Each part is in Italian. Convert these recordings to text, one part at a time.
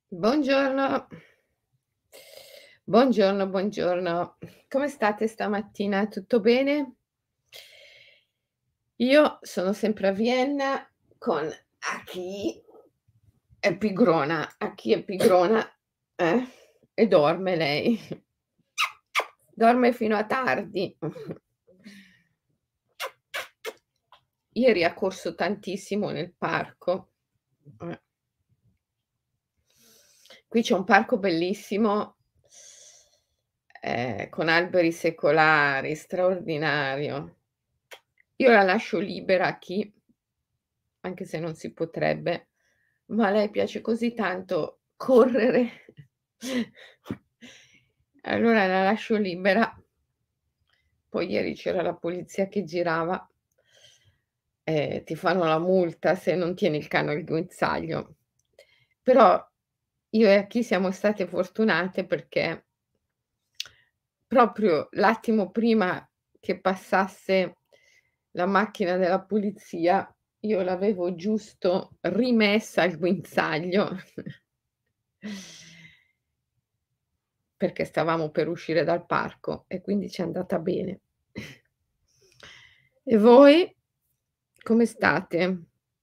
Buongiorno. Buongiorno, buongiorno. Come state stamattina? Tutto bene? Io sono sempre a Vienna con a chi è pigrona, a chi è pigrona, eh, e dorme lei. Dorme fino a tardi. Ieri ha corso tantissimo nel parco. Eh. Qui c'è un parco bellissimo, con alberi secolari, straordinario. Io la lascio libera a chi anche se non si potrebbe, ma a lei piace così tanto correre, allora la lascio libera. Poi ieri c'era la polizia che girava, ti fanno la multa se non tieni il cane al guinzaglio. Però io e a chi siamo state fortunate perché proprio l'attimo prima che passasse la macchina della polizia, io l'avevo giusto rimessa al guinzaglio perché stavamo per uscire dal parco e quindi c'è andata bene. E voi come state?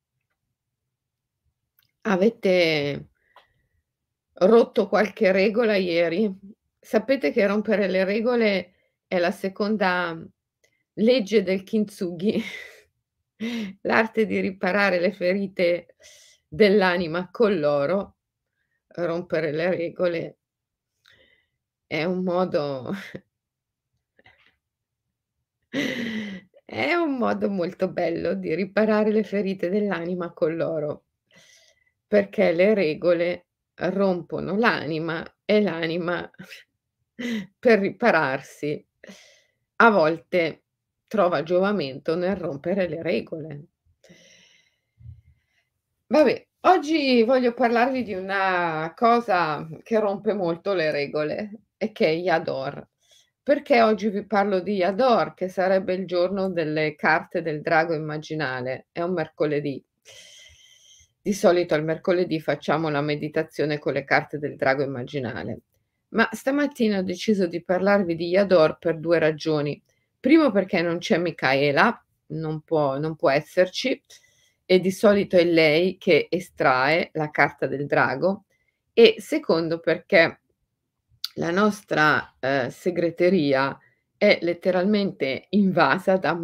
Avete rotto qualche regola ieri? Sapete che rompere le regole è la seconda legge del Kintsugi, l'arte di riparare le ferite dell'anima con l'oro. Rompere le regole è un modo è un modo molto bello di riparare le ferite dell'anima con l'oro, perché le regole rompono l'anima e l'anima per ripararsi a volte trova giovamento nel rompere le regole. Vabbè, oggi voglio parlarvi di una cosa che rompe molto le regole e che è Yador. Perché oggi vi parlo di Yador, che sarebbe il giorno delle carte del drago immaginale, è un mercoledì. Di solito al mercoledì facciamo la meditazione con le carte del drago immaginale, ma stamattina ho deciso di parlarvi di Yador per 2 ragioni. Primo perché non c'è Micaela, non può esserci, e di solito è lei che estrae la carta del drago, e secondo perché la nostra, segreteria è letteralmente invasa da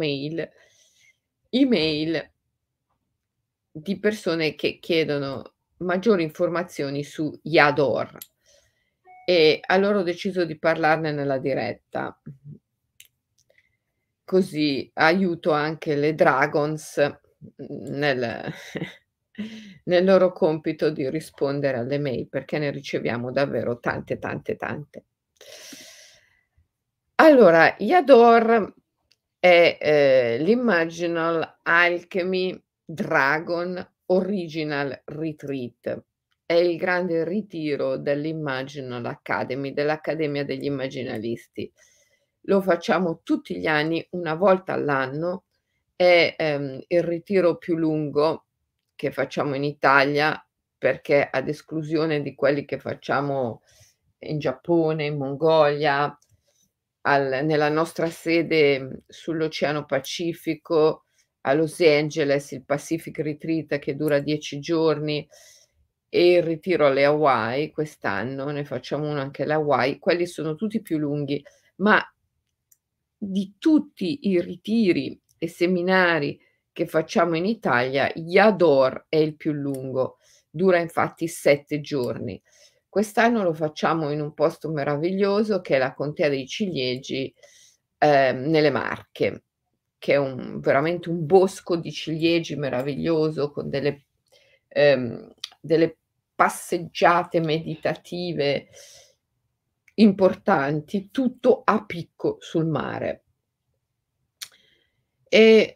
email di persone che chiedono maggiori informazioni su Yador e allora ho deciso di parlarne nella diretta. Così aiuto anche le dragons, nel nel loro compito di rispondere alle mail, perché ne riceviamo davvero tante, tante, tante. Allora, Yador è, l'Imaginal Alchemy Dragon Original Retreat. È il grande ritiro dell'Imaginal Academy, dell'Accademia degli Immaginalisti. Lo facciamo tutti gli anni, una volta all'anno, è, il ritiro più lungo che facciamo in Italia, perché ad esclusione di quelli che facciamo in Giappone, in Mongolia, nella nostra sede, sull'Oceano Pacifico, a Los Angeles, il Pacific Retreat che dura 10 giorni e il ritiro alle Hawaii, quest'anno ne facciamo uno anche alle Hawaii, quelli sono tutti più lunghi, ma di tutti i ritiri e seminari che facciamo in Italia, Yador è il più lungo, dura infatti 7 giorni. Quest'anno lo facciamo in un posto meraviglioso che è la Contea dei Ciliegi, nelle Marche, che è veramente un bosco di ciliegi meraviglioso con delle passeggiate meditative importanti, tutto a picco sul mare. E,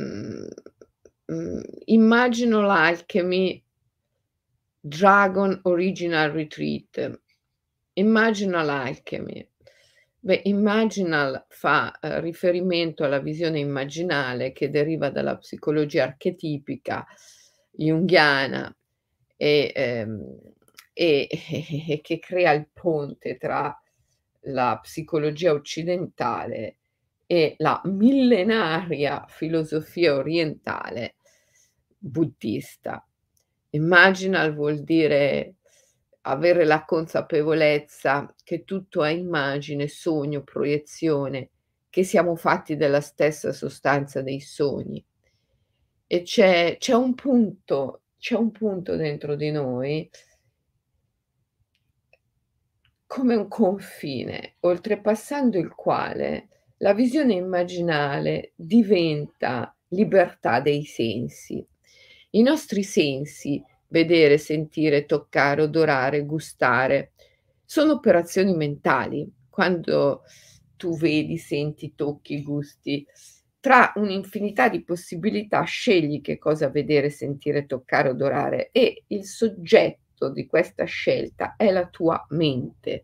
immagino l'Alchemy Dragon Original Retreat. Imaginal Alchemy. Beh, imaginal fa, riferimento alla visione immaginale che deriva dalla psicologia archetipica junghiana e, e che crea il ponte tra la psicologia occidentale e la millenaria filosofia orientale buddista. Imaginal vuol dire avere la consapevolezza che tutto è immagine, sogno, proiezione, che siamo fatti della stessa sostanza dei sogni. E c'è un punto dentro di noi come un confine, oltrepassando il quale la visione immaginale diventa libertà dei sensi. I nostri sensi, vedere, sentire, toccare, odorare, gustare, sono operazioni mentali. Quando tu vedi, senti, tocchi, gusti, tra un'infinità di possibilità scegli che cosa vedere, sentire, toccare, odorare e il soggetto di questa scelta è la tua mente.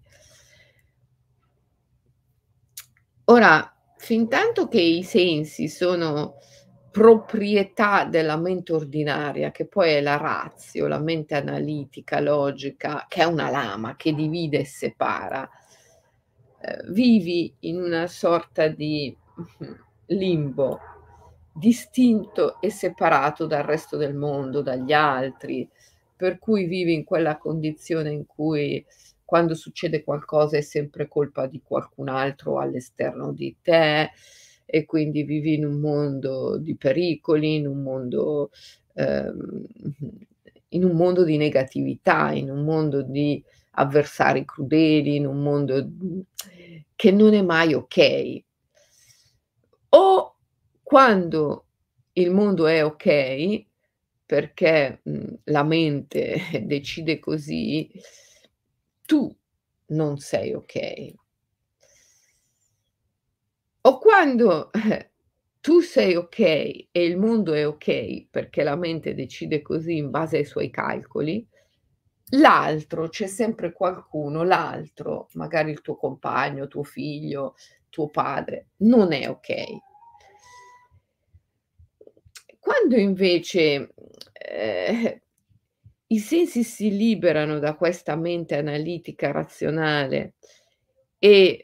Ora, fintanto che i sensi sono proprietà della mente ordinaria, che poi è la ratio, la mente analitica, logica, che è una lama che divide e separa, vivi in una sorta di limbo, distinto e separato dal resto del mondo, dagli altri, per cui vivi in quella condizione in cui quando succede qualcosa è sempre colpa di qualcun altro all'esterno di te e quindi vivi in un mondo di pericoli, ehm, in un mondo di negatività, in un mondo di avversari crudeli, in un mondo, che non è mai okay. O quando il mondo è okay, perché, la mente decide così, tu non sei okay. O quando tu sei okay e il mondo è okay, perché la mente decide così in base ai suoi calcoli, l'altro c'è sempre qualcuno, l'altro, magari il tuo compagno, tuo figlio, tuo padre, non è okay. Quando invece, i sensi si liberano da questa mente analitica razionale e,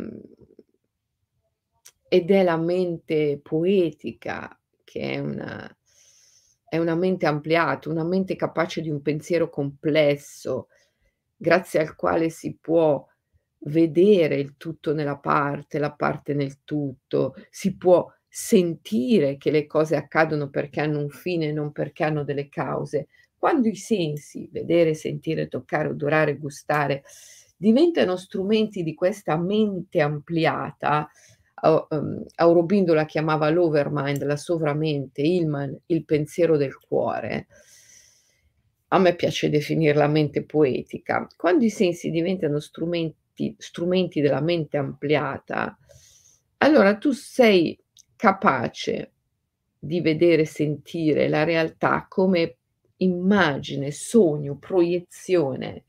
ed è la mente poetica che è una mente ampliata, una mente capace di un pensiero complesso, grazie al quale si può vedere il tutto nella parte, la parte nel tutto, si può sentire che le cose accadono perché hanno un fine e non perché hanno delle cause. Quando i sensi, vedere, sentire, toccare, odorare, gustare, diventano strumenti di questa mente ampliata, Aurobindo la chiamava l'overmind, la sovramente, il pensiero del cuore. A me piace definirla mente poetica. Quando i sensi diventano strumenti della mente ampliata, allora tu sei capace di vedere e sentire la realtà come immagine, sogno, proiezione.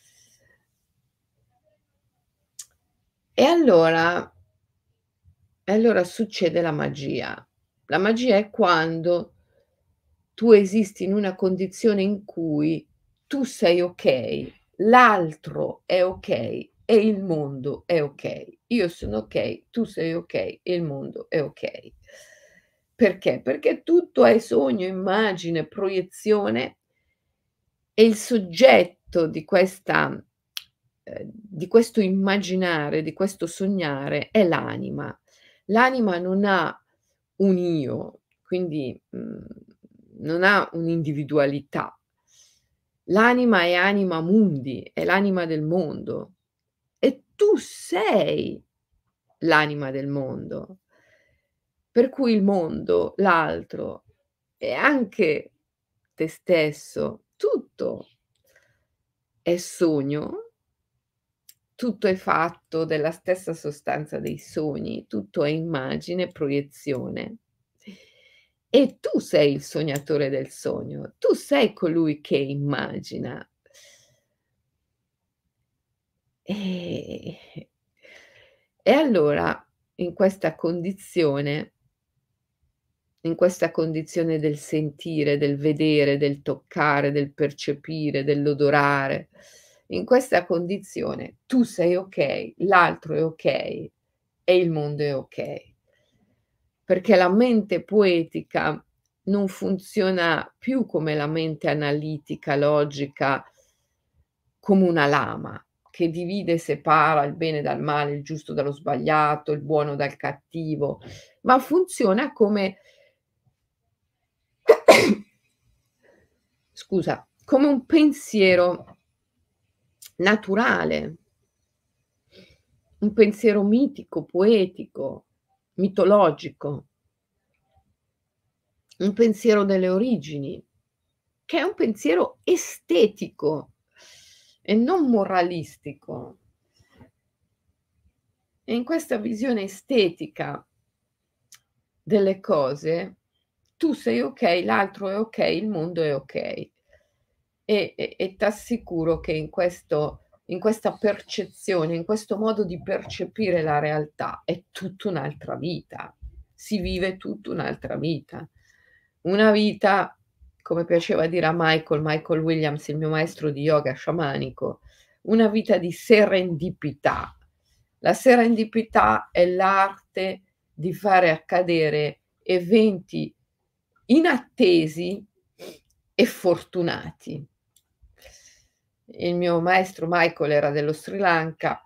E allora succede la magia. La magia è quando tu esisti in una condizione in cui tu sei okay, l'altro è okay e il mondo è okay. Io sono okay, tu sei okay e il mondo è okay. Perché? Perché tutto è sogno, immagine, proiezione e il soggetto di questo immaginare, di questo sognare è l'anima. L'anima non ha un io, quindi, non ha un'individualità. L'anima è anima mundi, è l'anima del mondo e tu sei l'anima del mondo. Per cui il mondo, l'altro e anche te stesso, tutto è sogno, tutto è fatto della stessa sostanza dei sogni, tutto è immagine, proiezione. E tu sei il sognatore del sogno, tu sei colui che immagina. E e allora in questa condizione in questa condizione del sentire, del vedere, del toccare, del percepire, dell'odorare. In questa condizione tu sei okay, l'altro è okay e il mondo è okay. Perché la mente poetica non funziona più come la mente analitica, logica, come una lama che divide e separa il bene dal male, il giusto dallo sbagliato, il buono dal cattivo, ma funziona come scusa, come un pensiero naturale, un pensiero mitico, poetico, mitologico, un pensiero delle origini, che è un pensiero estetico e non moralistico. E in questa visione estetica delle cose, tu sei okay, l'altro è okay, il mondo è okay. E t'assicuro che in questa percezione, in questo modo di percepire la realtà è tutta un'altra vita. Si vive tutta un'altra vita. Una vita, come piaceva dire a Michael Williams, il mio maestro di yoga sciamanico, una vita di serendipità. La serendipità è l'arte di fare accadere eventi inattesi e fortunati. Il mio maestro Michael era dello Sri Lanka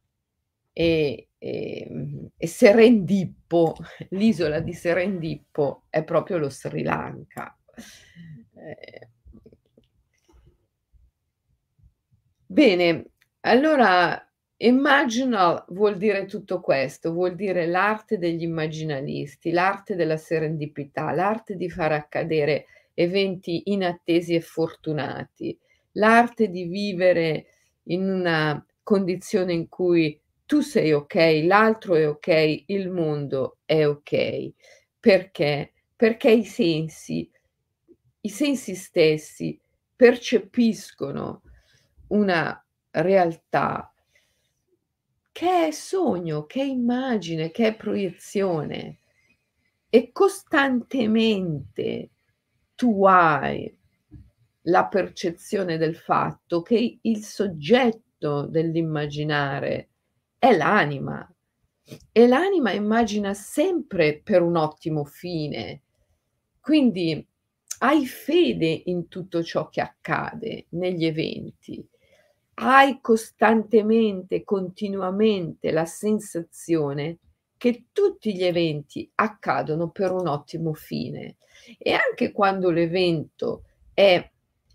e Serendippo, l'isola di Serendippo è proprio lo Sri Lanka. Ehm Bene, allora imaginal vuol dire tutto questo, vuol dire l'arte degli immaginalisti, l'arte della serendipità, l'arte di fare accadere eventi inattesi e fortunati, l'arte di vivere in una condizione in cui tu sei okay, l'altro è okay, il mondo è okay. Perché? Perché i sensi stessi percepiscono una realtà che è sogno, che è immagine, che è proiezione e costantemente tu hai la percezione del fatto che il soggetto dell'immaginare è l'anima e l'anima immagina sempre per un ottimo fine. Quindi hai fede in tutto ciò che accade negli eventi. Hai costantemente, continuamente la sensazione che tutti gli eventi accadono per un ottimo fine e anche quando l'evento è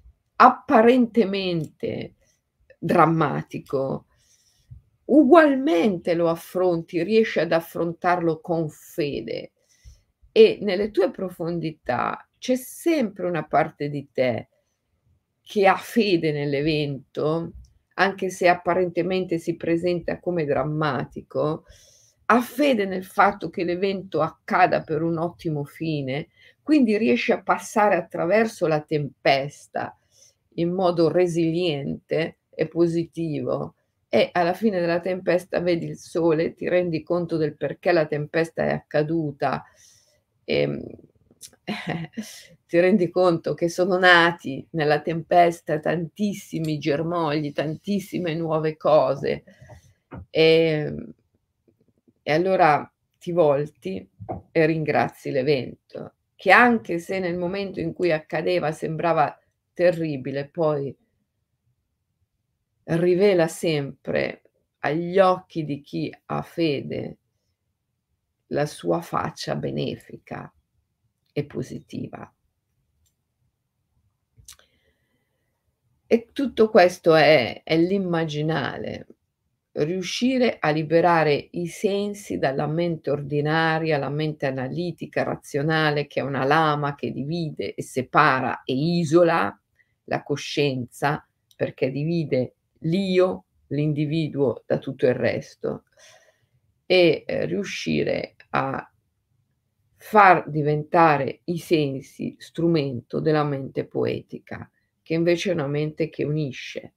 apparentemente drammatico, ugualmente lo affronti, riesci ad affrontarlo con fede e nelle tue profondità c'è sempre una parte di te che ha fede nell'evento, anche se apparentemente si presenta come drammatico, ha fede nel fatto che l'evento accada per un ottimo fine, quindi riesce a passare attraverso la tempesta in modo resiliente e positivo e alla fine della tempesta vedi il sole, ti rendi conto del perché la tempesta è accaduta, ehm, ti rendi conto che sono nati nella tempesta tantissimi germogli, tantissime nuove cose, ehm, e allora ti volti e ringrazi l'evento, che anche se nel momento in cui accadeva sembrava terribile, poi rivela sempre agli occhi di chi ha fede la sua faccia benefica e positiva. E tutto questo è l'immaginale, riuscire a liberare i sensi dalla mente ordinaria, la mente analitica, razionale, che è una lama che divide e separa e isola la coscienza, perché divide l'io, l'individuo da tutto il resto, e, riuscire a far diventare i sensi strumento della mente poetica, che invece è una mente che unisce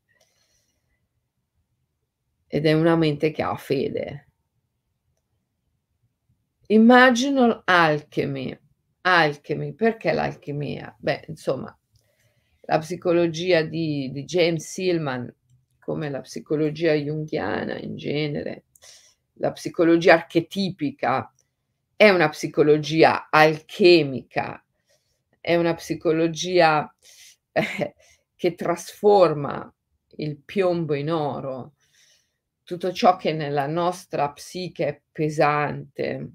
ed è una mente che ha fede. Imaginal alchemy, Alchemy, perché l'alchimia? Beh, insomma, la psicologia di James Hillman, come la psicologia junghiana in genere, la psicologia archetipica, è una psicologia alchemica, è una psicologia, che trasforma il piombo in oro. Tutto ciò che nella nostra psiche è pesante,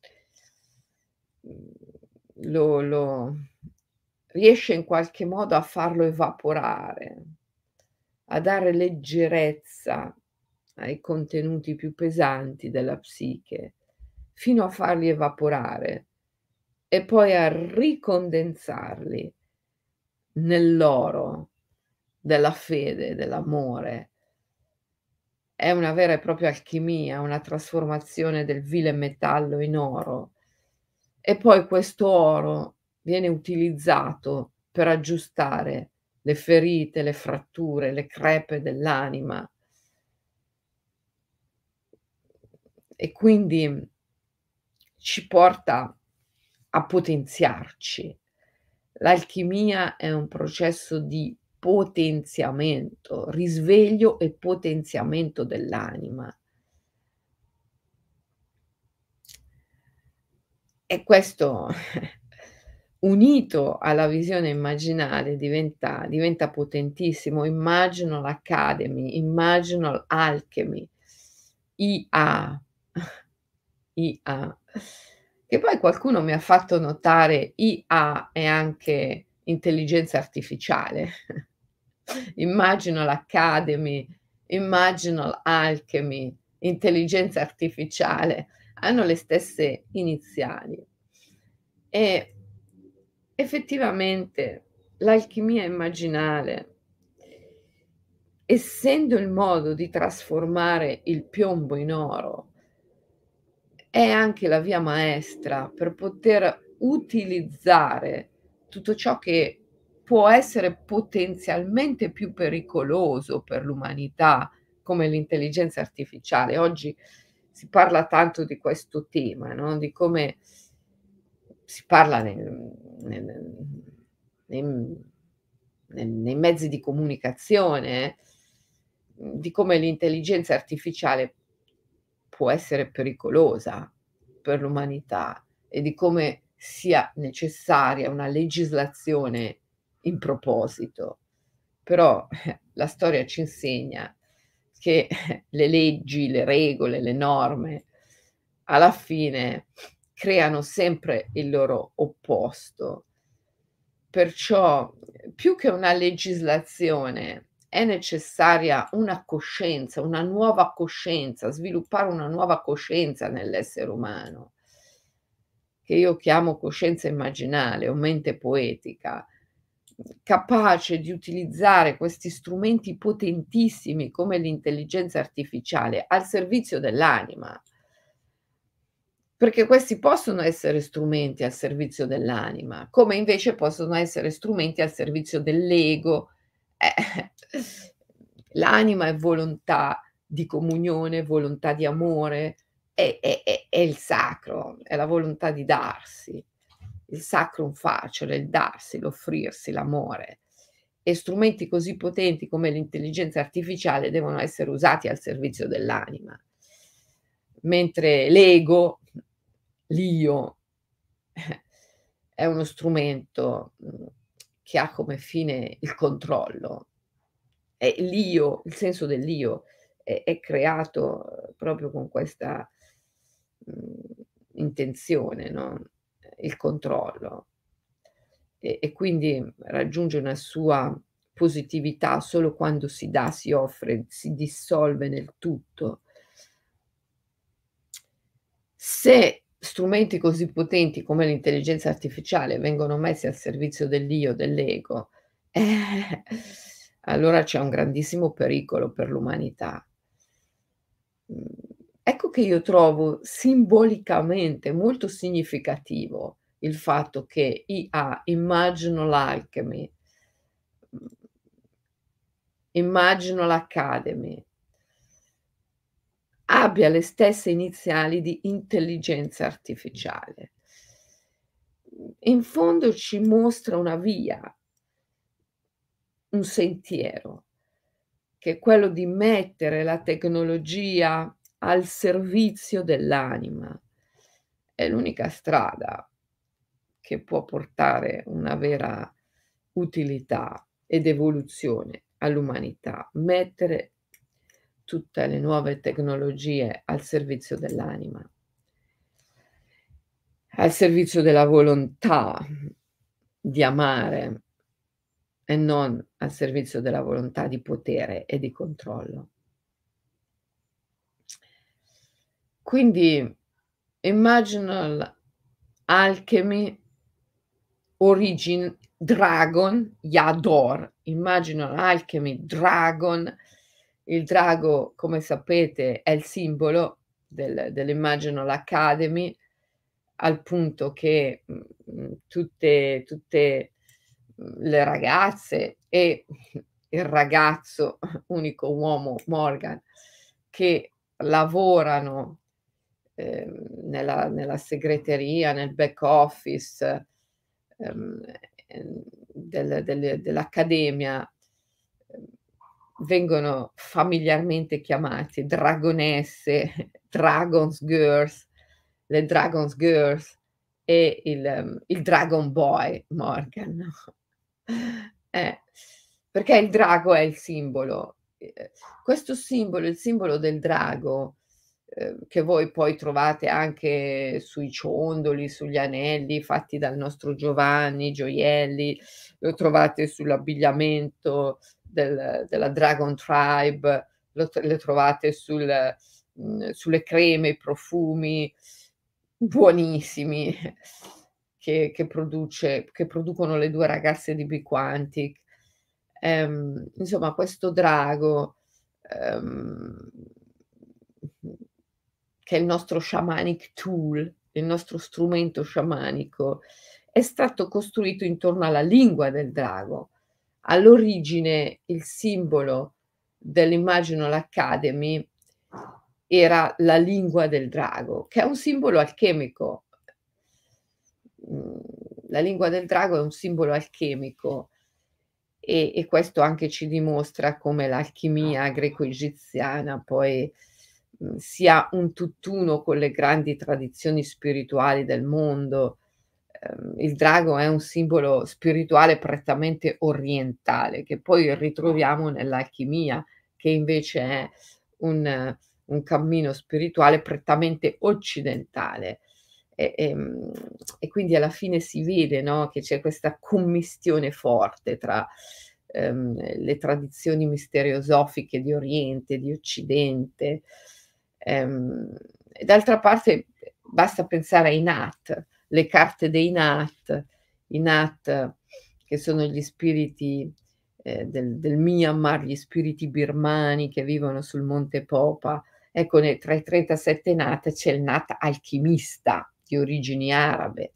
lo riesce in qualche modo a farlo evaporare, a dare leggerezza ai contenuti più pesanti della psiche, fino a farli evaporare e poi a ricondensarli nell'oro della fede, dell'amore. È una vera e propria alchimia, una trasformazione del vile metallo in oro. E poi questo oro viene utilizzato per aggiustare le ferite, le fratture, le crepe dell'anima e quindi ci porta a potenziarci. L'alchimia è un processo di potenziamento, risveglio e potenziamento dell'anima. E questo unito alla visione immaginale diventa potentissimo. Imaginal Academy, Imaginal Alchemy, IA, IA. Che poi qualcuno mi ha fatto notare IA è anche intelligenza artificiale. Imaginal Academy, Imaginal Alchemy, intelligenza artificiale, hanno le stesse iniziali. E effettivamente l'alchimia immaginale, essendo il modo di trasformare il piombo in oro, è anche la via maestra per poter utilizzare tutto ciò che può essere potenzialmente più pericoloso per l'umanità, come l'intelligenza artificiale. Oggi si parla tanto di questo tema, no, di come si parla nel nei nei mezzi di comunicazione, di come l'intelligenza artificiale può essere pericolosa per l'umanità e di come sia necessaria una legislazione in proposito. Però, la storia ci insegna che le leggi, le regole, le norme alla fine creano sempre il loro opposto. Perciò, più che una legislazione, è necessaria una coscienza, una nuova coscienza, sviluppare una nuova coscienza nell'essere umano, che io chiamo coscienza immaginale o mente poetica, capace di utilizzare questi strumenti potentissimi come l'intelligenza artificiale al servizio dell'anima. Perché questi possono essere strumenti al servizio dell'anima, come invece possono essere strumenti al servizio dell'ego. Eh, l'anima è volontà di comunione, volontà di amore, è il sacro, è la volontà di darsi, il sacrum facere, il darsi, l'offrirsi, l'amore. E strumenti così potenti come l'intelligenza artificiale devono essere usati al servizio dell'anima, mentre l'ego, l'io, è uno strumento, che ha come fine il controllo. E l'io, il senso dell'io è creato, proprio con questa, mhmm, intenzione, no, il controllo. E quindi raggiunge una sua positività solo quando si dà, si offre, si dissolve nel tutto. Se strumenti così potenti come l'intelligenza artificiale vengono messi al servizio dell'io, dell'ego, eh, allora c'è un grandissimo pericolo per l'umanità. Mhmm, ecco che io trovo simbolicamente molto significativo il fatto che IA, Imaginal Alchemy, mhmm, Imaginal Academy abbia le stesse iniziali di intelligenza artificiale. in fondo ci mostra una via, un sentiero, che è quello di mettere la tecnologia al servizio dell'anima. È l'unica strada che può portare una vera utilità ed evoluzione all'umanità, mettere tutte le nuove tecnologie al servizio dell'anima, al servizio della volontà di amare e non al servizio della volontà di potere e di controllo. Quindi Imaginal Alchemy Dragon, Yador, Imaginal Alchemy Dragon. Il drago, come sapete, è il simbolo dell'Imaginal Academy, al punto che, le ragazze e il ragazzo, unico uomo, Morgan, che lavorano, nella segreteria, nel back office, ehm, dell'accademia, ehm, vengono familiarmente chiamati dragonesse, Dragons Girls, le Dragons Girls e il Dragon Boy Morgan, no, eh, perché il drago è il simbolo. Questo simbolo, il simbolo del drago, che voi poi trovate anche sui ciondoli, sugli anelli fatti dal nostro Giovanni, gioielli, lo trovate sull'abbigliamento della Dragon Tribe, le trovate sulle creme, i profumi buonissimi che producono le 2 ragazze di Be Quantic. Insomma questo drago, ehm, che è il nostro shamanic tool, il nostro strumento sciamanico, è stato costruito intorno alla lingua del drago. All'origine il simbolo dell'Imaginal Academy era la lingua del drago, che è un simbolo alchemico. Mhmm, la lingua del drago è un simbolo alchemico e questo anche ci dimostra come l'alchimia greco-egiziana poi, sia un tutt'uno con le grandi tradizioni spirituali del mondo. Il drago è un simbolo spirituale prettamente orientale, che poi ritroviamo nell'alchimia, che invece è un cammino spirituale prettamente occidentale. E, e quindi alla fine si vede, no, che c'è questa commistione forte tra, le tradizioni misteriosofiche di Oriente, di Occidente. E d'altra parte, basta pensare ai Nat, le carte dei Nat, i Nat che sono gli spiriti, del Myanmar, gli spiriti birmani che vivono sul Monte Popa. Ecco, tra i 37 Nat c'è il Nat alchimista di origini arabe.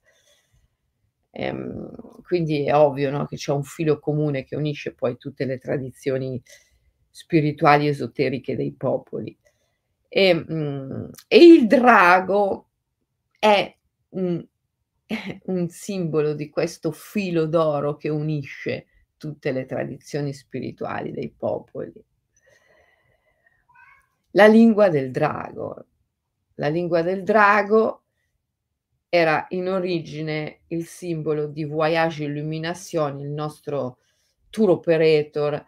Quindi è ovvio, no, che c'è un filo comune che unisce poi tutte le tradizioni spirituali esoteriche dei popoli. E il drago è un un simbolo di questo filo d'oro che unisce tutte le tradizioni spirituali dei popoli. La lingua del drago. La lingua del drago era in origine il simbolo di Voyage Illumination, il nostro tour operator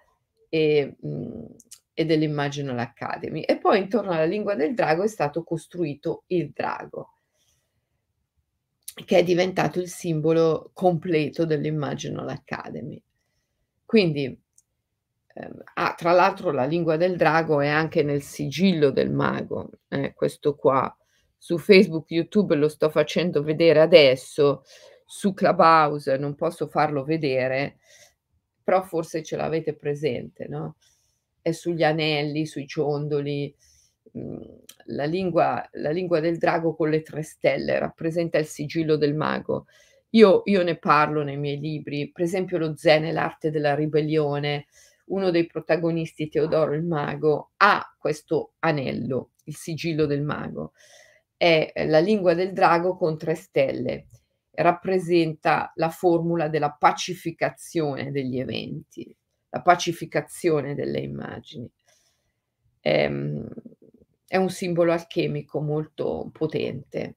e dell'Imaginal Academy. E poi intorno alla lingua del drago è stato costruito il drago, che è diventato il simbolo completo dell'Imaginal Academy. Quindi, tra l'altro la lingua del drago è anche nel sigillo del mago, questo qua. Su Facebook, YouTube lo sto facendo vedere adesso, su Clubhouse non posso farlo vedere, però forse ce l'avete presente, no, è sugli anelli, sui ciondoli, la lingua del drago con le 3 stelle rappresenta il sigillo del mago. Io ne parlo nei miei libri, per esempio lo Zen e l'arte della ribellione, uno dei protagonisti, Teodoro il mago, ha questo anello, il sigillo del mago. È la lingua del drago con 3 stelle rappresenta la formula della pacificazione degli eventi, la pacificazione delle immagini. Ehm, è un simbolo alchemico molto potente,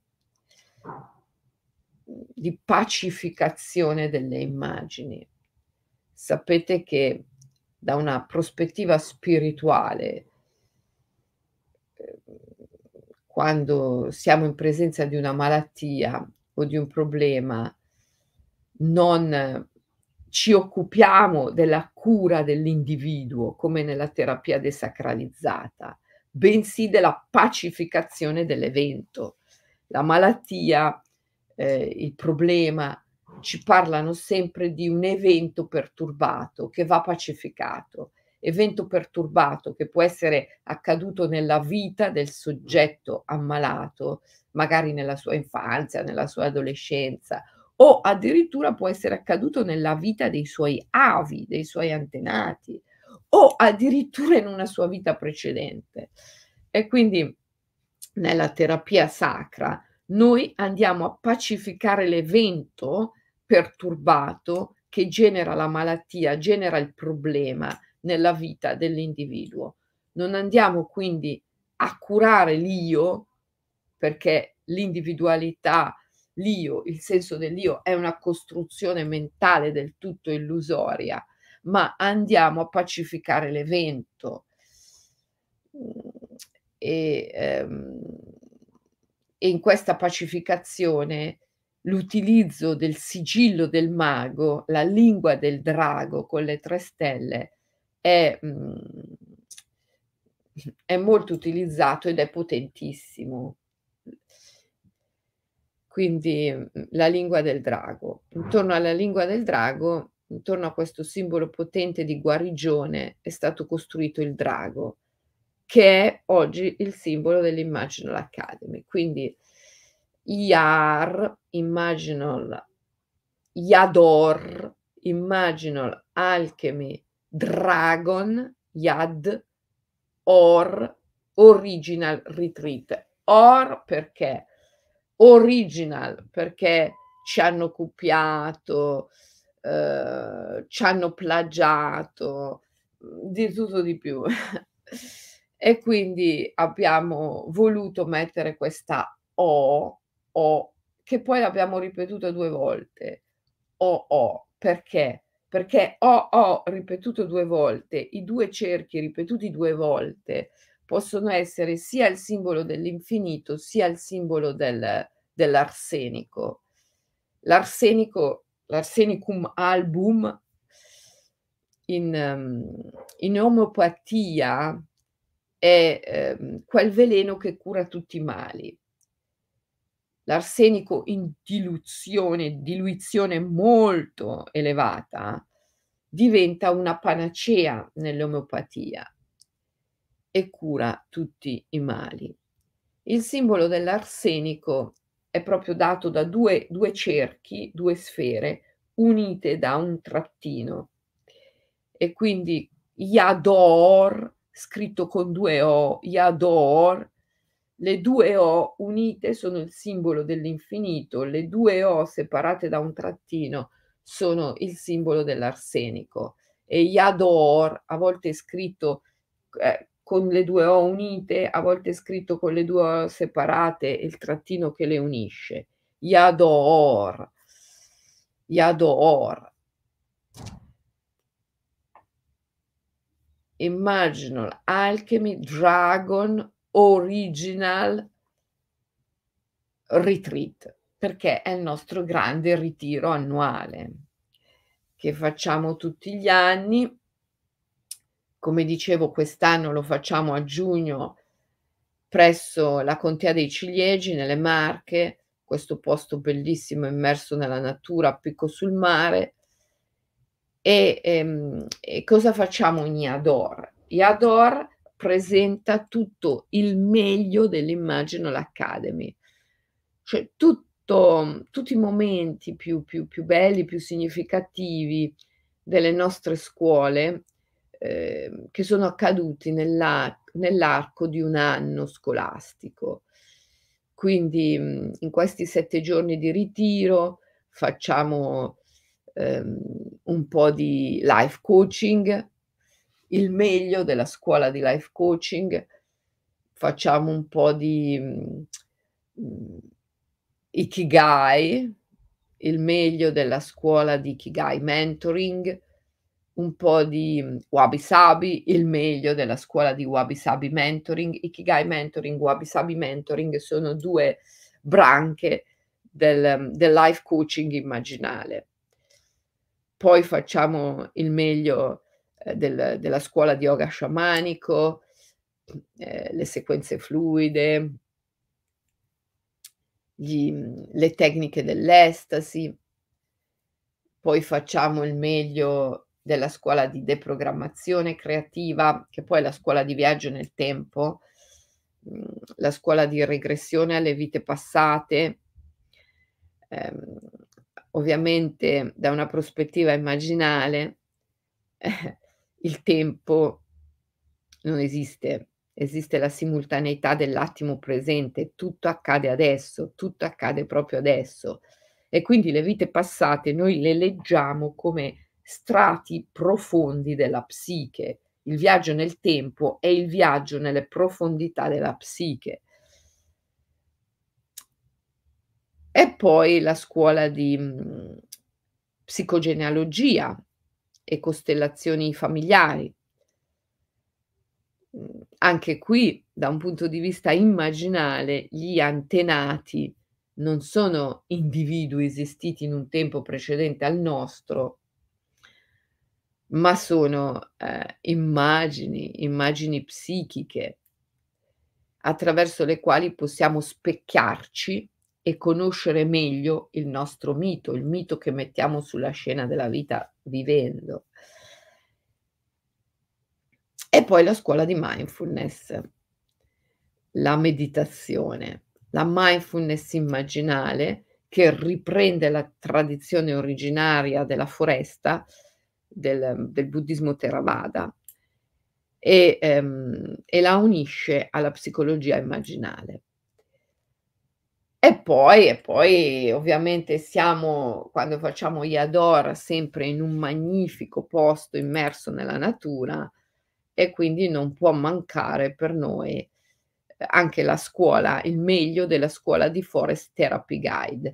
di pacificazione delle immagini. Sapete che da una prospettiva spirituale, quando siamo in presenza di una malattia o di un problema, non ci occupiamo della cura dell'individuo, come nella terapia desacralizzata, bensì della pacificazione dell'evento. La malattia, il problema ci parlano sempre di un evento perturbato che va pacificato. Evento perturbato che può essere accaduto nella vita del soggetto ammalato, magari nella sua infanzia, nella sua adolescenza, o addirittura può essere accaduto nella vita dei suoi avi, dei suoi antenati, o addirittura in una sua vita precedente. E quindi nella terapia sacra noi andiamo a pacificare l'evento perturbato che genera la malattia, genera il problema nella vita dell'individuo. Non andiamo quindi a curare l'io, perché l'individualità, l'io, il senso dell'io è una costruzione mentale del tutto illusoria, ma andiamo a pacificare l'evento. Mhmm, e, e in questa pacificazione l'utilizzo del sigillo del mago, la lingua del drago con le 3 stelle è è molto utilizzato ed è potentissimo. Quindi, la lingua del drago. Intorno alla lingua del drago, intorno a questo simbolo potente di guarigione, è stato costruito il drago, che è oggi il simbolo dell'Imaginal Academy. Quindi IAR, Imaginal Yador, Imaginal Alchemy Dragon, Yad, Or, Original Retreat. Or perché? Original perché ci hanno copiato, ci hanno plagiato, di tutto di più. E quindi abbiamo voluto mettere questa O, che poi l'abbiamo ripetuta 2 volte. Perché? Perché ripetuto 2 volte, i 2 cerchi ripetuti 2 volte possono essere sia il simbolo dell'infinito, sia il simbolo dell'arsenico. L'Arsenicum album in omeopatia è, quel veleno che cura tutti i mali. L'arsenico in diluizione molto elevata diventa una panacea nell'omeopatia e cura tutti i mali. Il simbolo dell'arsenico è proprio dato da due cerchi, 2 sfere unite da un trattino e quindi Yador, scritto con 2 O, Yador, le 2 O unite sono il simbolo dell'infinito, le 2 O separate da un trattino sono il simbolo dell'arsenico e Yador a volte è scritto, con le 2 O unite, a volte è scritto con le 2 O separate e il trattino che le unisce. Yador, Yador. Imaginal Alchemy Dragon Original Retreat, perché è il nostro grande ritiro annuale che facciamo tutti gli anni. Come dicevo, quest'anno lo facciamo a giugno presso la Contea dei Ciliegi, nelle Marche, questo posto bellissimo immerso nella natura a picco sul mare. E cosa facciamo in Yador? Yador presenta tutto il meglio dell'Imaginal Academy, cioè tutti i momenti più belli, più significativi delle nostre scuole, che sono accaduti nell'arco di un anno scolastico. Quindi, in questi 7 giorni di ritiro facciamo, ehm, un po' di life coaching, il meglio della scuola di life coaching, facciamo un po' di, mhmm, Ikigai, il meglio della scuola di Ikigai mentoring, un po' di, Wabi Sabi, il meglio della scuola di Wabi Sabi mentoring. Ikigai mentoring, Wabi Sabi mentoring sono 2 branche del life coaching immaginale. Poi facciamo il meglio, della scuola di yoga sciamanico, le sequenze fluide, le tecniche dell'estasi. Poi facciamo il meglio della scuola di deprogrammazione creativa, che poi è la scuola di viaggio nel tempo, la scuola di regressione alle vite passate. Ehm, Ovviamente da una prospettiva immaginale, il tempo non esiste, esiste la simultaneità dell'attimo presente, tutto accade adesso, tutto accade proprio adesso. E quindi le vite passate noi le leggiamo come strati profondi della psiche. Il viaggio nel tempo è il viaggio nelle profondità della psiche. E poi la scuola di, psicogenealogia e costellazioni familiari. Anche qui, da un punto di vista immaginale, gli antenati non sono individui esistiti in un tempo precedente al nostro, ma sono, immagini psichiche attraverso le quali possiamo specchiarci e conoscere meglio il nostro mito, il mito che mettiamo sulla scena della vita vivendo. E poi la scuola di mindfulness, la meditazione, la mindfulness immaginale che riprende la tradizione originaria della foresta, del buddismo Theravada e la unisce alla psicologia immaginale. E poi ovviamente siamo quando facciamo Yador sempre in un magnifico posto immerso nella natura e quindi non può mancare per noi, anche la scuola il meglio della scuola di Forest Therapy Guide.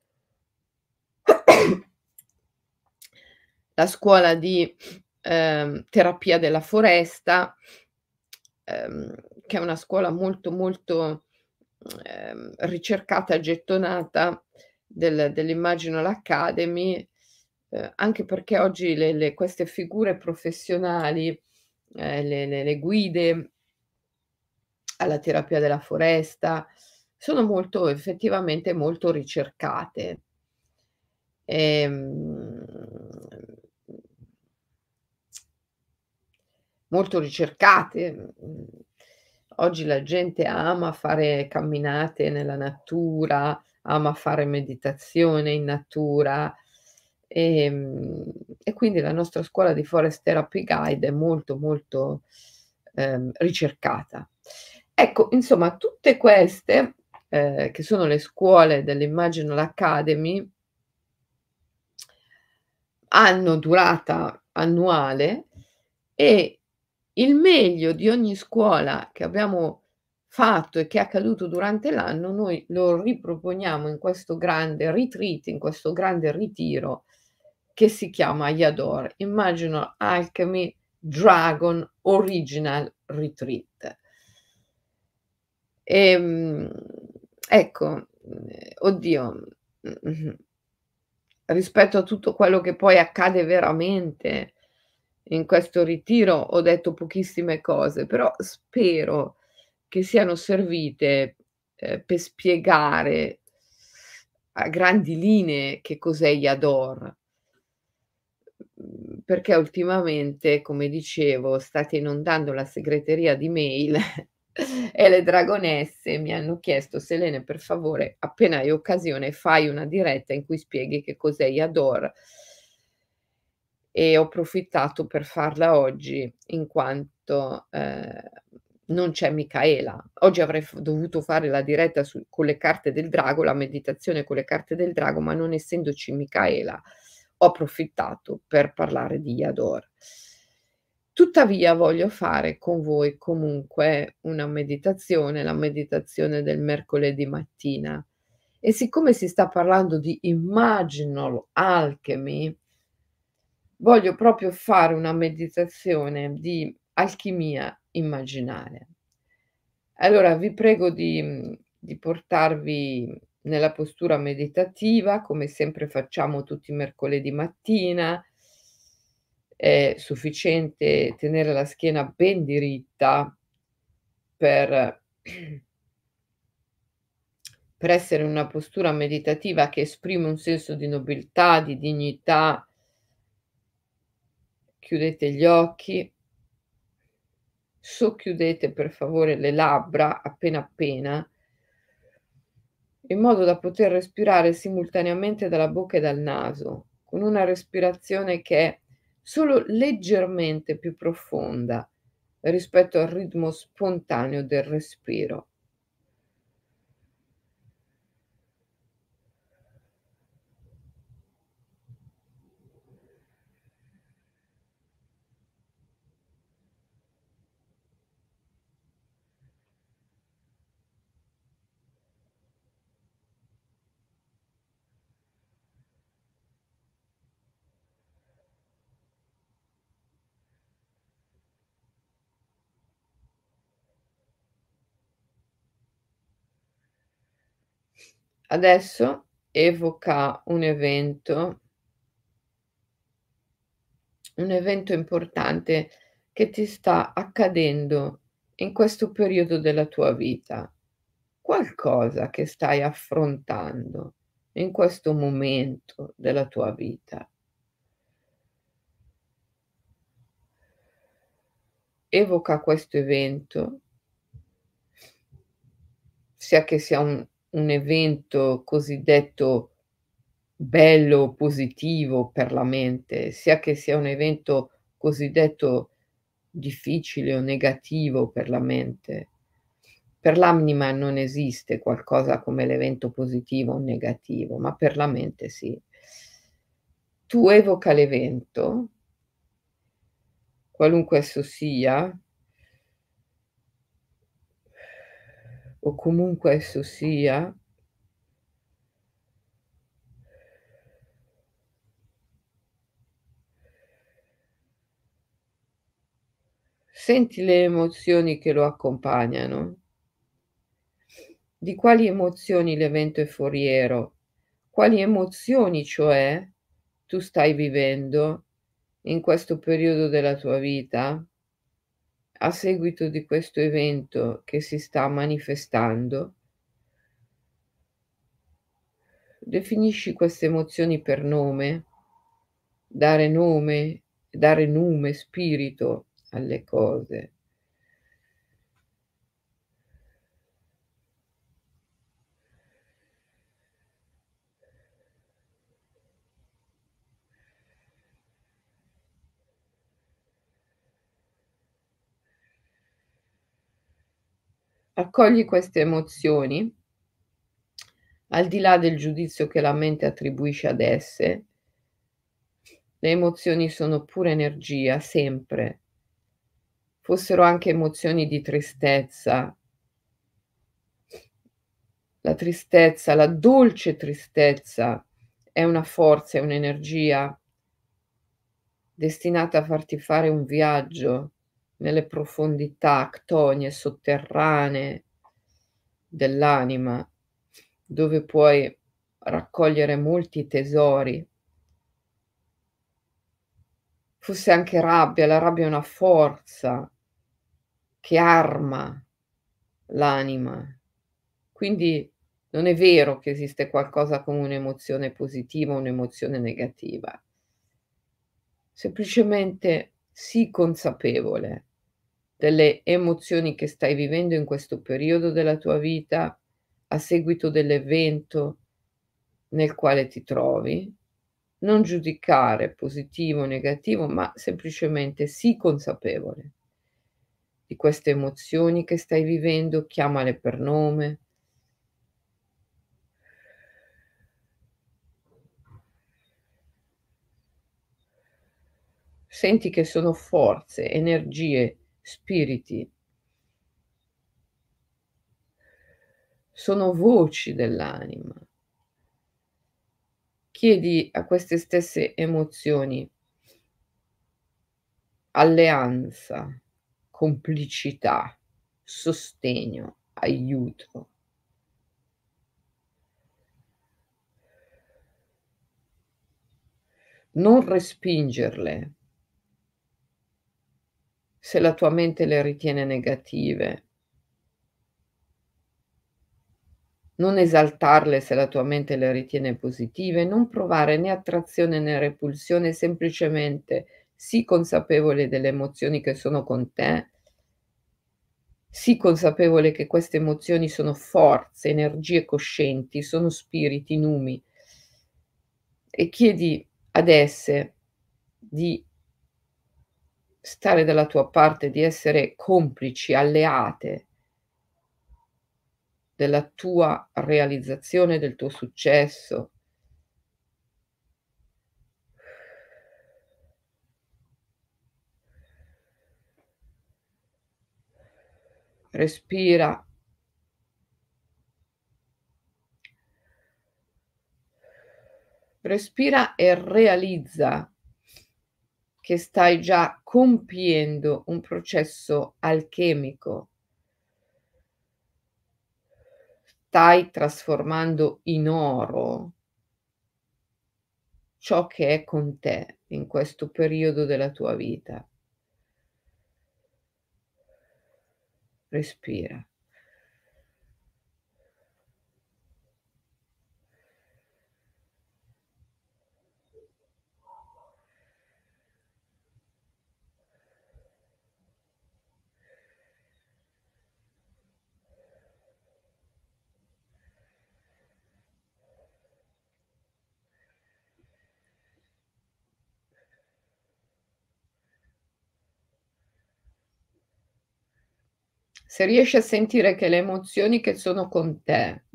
La scuola di, terapia della foresta, ehm, che è una scuola molto, molto, ricercata e gettonata dell'Imaginal Academy, anche perché oggi le queste figure professionali, le guide alla terapia della foresta, sono molto effettivamente molto ricercate. Ehm, Molto ricercate. Oggi la gente ama fare camminate nella natura, ama fare meditazione in natura, ehm, e quindi la nostra scuola di Forest Therapy Guide è molto, molto, ricercata. Ecco, insomma tutte queste, che sono le scuole dell'Imaginal Academy hanno durata annuale e il meglio di ogni scuola che abbiamo fatto e che è accaduto durante l'anno, noi lo riproponiamo in questo grande retreat, in questo grande ritiro che si chiama Yador, Imaginal Alchemy Dragon Original Retreat. Ehm, ecco, oddio, mh-mh. Rispetto a tutto quello che poi accade veramente in questo ritiro ho detto pochissime cose, però spero che siano servite, per spiegare a grandi linee che cos'è Yador. Perché ultimamente, come dicevo, state inondando la segreteria di mail e le dragonesse mi hanno chiesto: "Selene, per favore, appena hai occasione fai una diretta in cui spieghi che cos'è Yador." E ho approfittato per farla oggi in quanto, non c'è Micaela. Oggi avrei dovuto fare la diretta con le carte del drago, la meditazione con le carte del drago, ma non essendoci Micaela, ho approfittato per parlare di Iador. Tuttavia voglio fare con voi comunque una meditazione, la meditazione del mercoledì mattina. E siccome si sta parlando di imaginal alchemy, voglio proprio fare una meditazione di alchimia immaginale. Allora vi prego di portarvi nella postura meditativa, come sempre facciamo tutti i mercoledì mattina. È sufficiente tenere la schiena ben diritta per per essere in una postura meditativa che esprime un senso di nobiltà, di dignità. Chiudete gli occhi, socchiudete per favore le labbra appena appena, in modo da poter respirare simultaneamente dalla bocca e dal naso, con una respirazione che è solo leggermente più profonda rispetto al ritmo spontaneo del respiro. Adesso evoca un evento importante che ti sta accadendo in questo periodo della tua vita, qualcosa che stai affrontando in questo momento della tua vita. Evoca questo evento, sia che sia un evento cosiddetto bello o positivo per la mente, sia che sia un evento cosiddetto difficile o negativo per la mente. Per l'anima non esiste qualcosa come l'evento positivo o negativo, ma per la mente sì. Tu evoca l'evento, qualunque esso sia, o comunque esso sia. Senti le emozioni che lo accompagnano. Di quali emozioni l'evento è foriero? Quali emozioni, cioè, tu stai vivendo in questo periodo della tua vita a seguito di questo evento che si sta manifestando? Definisci queste emozioni per nome, dare nume, spirito alle cose. Accogli queste emozioni, al di là del giudizio che la mente attribuisce ad esse. Le emozioni sono pura energia, sempre. Fossero anche emozioni di tristezza, la tristezza, la dolce tristezza è una forza, è un'energia destinata a farti fare un viaggio nelle profondità ctonie, sotterranee dell'anima, dove puoi raccogliere molti tesori. Fosse anche rabbia, la rabbia è una forza che arma l'anima. Quindi non è vero che esiste qualcosa come un'emozione positiva o un'emozione negativa. Semplicemente sii consapevole delle emozioni che stai vivendo in questo periodo della tua vita a seguito dell'evento nel quale ti trovi. Non giudicare positivo o negativo, ma semplicemente sii consapevole di queste emozioni che stai vivendo, chiamale per nome. Senti che sono forze, energie, spiriti, sono voci dell'anima. Chiedi a queste stesse emozioni alleanza, complicità, sostegno, aiuto. Non respingerle se la tua mente le ritiene negative, non esaltarle se la tua mente le ritiene positive, non provare né attrazione né repulsione, semplicemente sii consapevole delle emozioni che sono con te, sii consapevole che queste emozioni sono forze, energie coscienti, sono spiriti, numi, e chiedi ad esse di stare dalla tua parte, di essere complici, alleate della tua realizzazione, del tuo successo. Respira, respira e realizza che stai già compiendo un processo alchemico, stai trasformando in oro ciò che è con te in questo periodo della tua vita. Respira. Se riesci a sentire che le emozioni che sono con te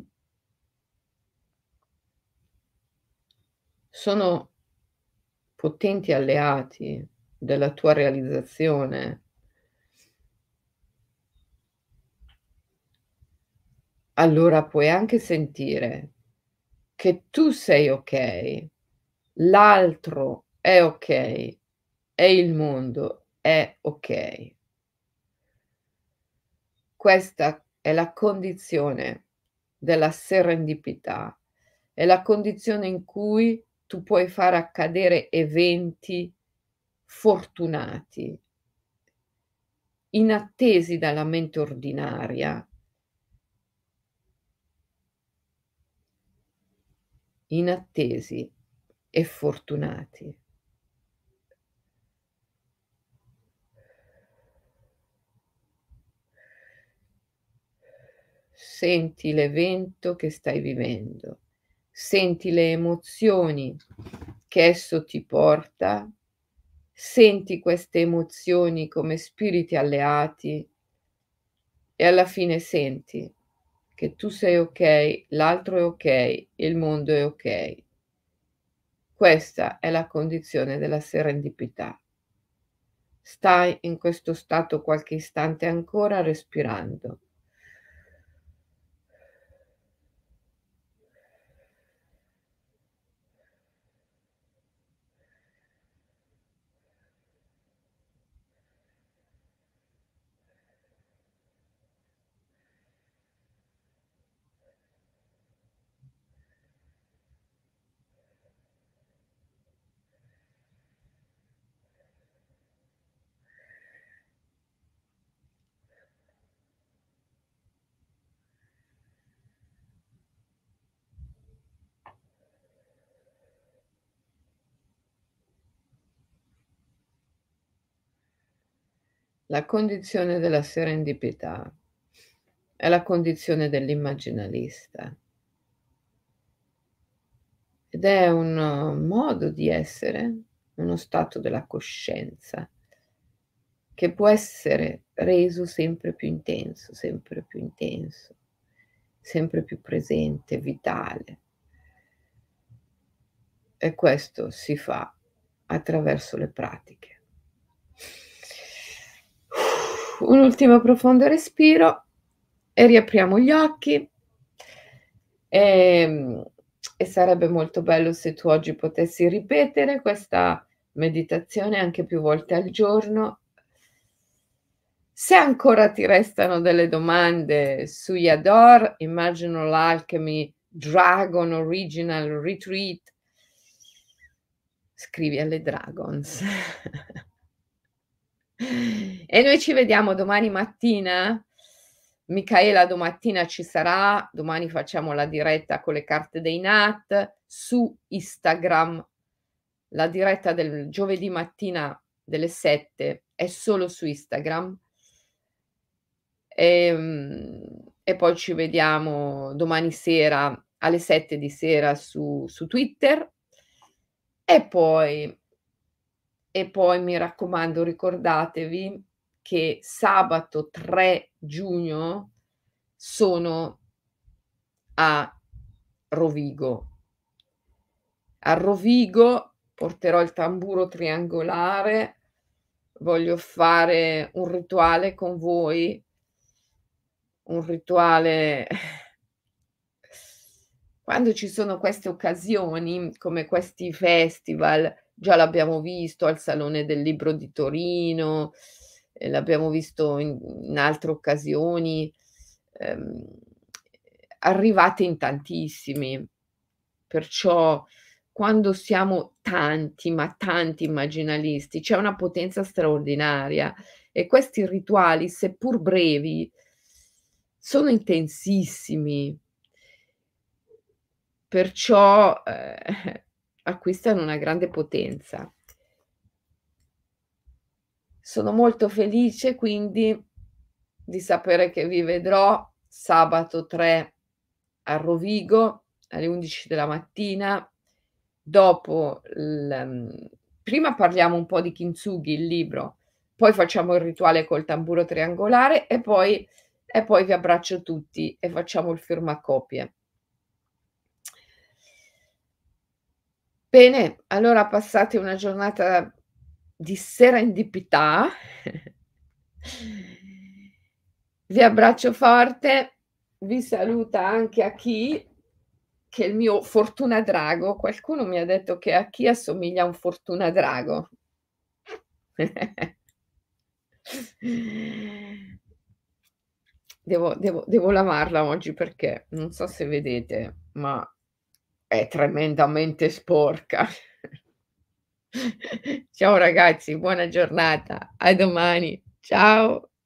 sono potenti alleati della tua realizzazione, allora puoi anche sentire che tu sei okay, l'altro è okay e il mondo è okay. Questa è la condizione della serendipità, è la condizione in cui tu puoi far accadere eventi fortunati, inattesi dalla mente ordinaria, inattesi e fortunati. Senti l'evento che stai vivendo, senti le emozioni che esso ti porta, senti queste emozioni come spiriti alleati e alla fine senti che tu sei okay, l'altro è okay, il mondo è okay. Questa è la condizione della serendipità. Stai in questo stato qualche istante ancora respirando. La condizione della serendipità è la condizione dell'immaginalista ed è un modo di essere, uno stato della coscienza che può essere reso sempre più intenso, sempre più presente, vitale. E questo si fa attraverso le pratiche. Un ultimo profondo respiro e riapriamo gli occhi. Ehm, e sarebbe molto bello se tu oggi potessi ripetere questa meditazione anche più volte al giorno. Se ancora ti restano delle domande su Yador, Imaginal Alchemy Dragon Original Retreat, scrivi alle Dragons. E noi ci vediamo domani mattina. Micaela domattina ci sarà, domani facciamo la diretta con le carte dei Nat su Instagram. La diretta del giovedì mattina delle 7 è solo su Instagram. E poi ci vediamo domani sera alle 7 di sera su Twitter. E poi mi raccomando, ricordatevi che sabato 3 giugno sono a Rovigo. A Rovigo porterò il tamburo triangolare, voglio fare un rituale con voi, un rituale quando ci sono queste occasioni, come questi festival, già l'abbiamo visto al Salone del Libro di Torino, l'abbiamo visto in altre occasioni, ehm, arrivate in tantissimi. Perciò quando siamo tanti, ma tanti immaginalisti, c'è una potenza straordinaria e questi rituali, seppur brevi, sono intensissimi. Perciò, acquistano una grande potenza. Sono molto felice quindi di sapere che vi vedrò sabato 3 a Rovigo alle 11 della mattina. Dopo prima parliamo un po' di Kintsugi, il libro, poi facciamo il rituale col tamburo triangolare e poi vi abbraccio tutti e facciamo il firmacopie. Bene, allora passate una giornata di serendipità. Vi abbraccio forte, vi saluta anche Aki, che è il mio Fortuna Drago. Qualcuno mi ha detto che Aki assomiglia a un Fortuna Drago. Devo lavarla oggi perché non so se vedete, ma è tremendamente sporca. Ciao ragazzi, buona giornata. A domani. Ciao.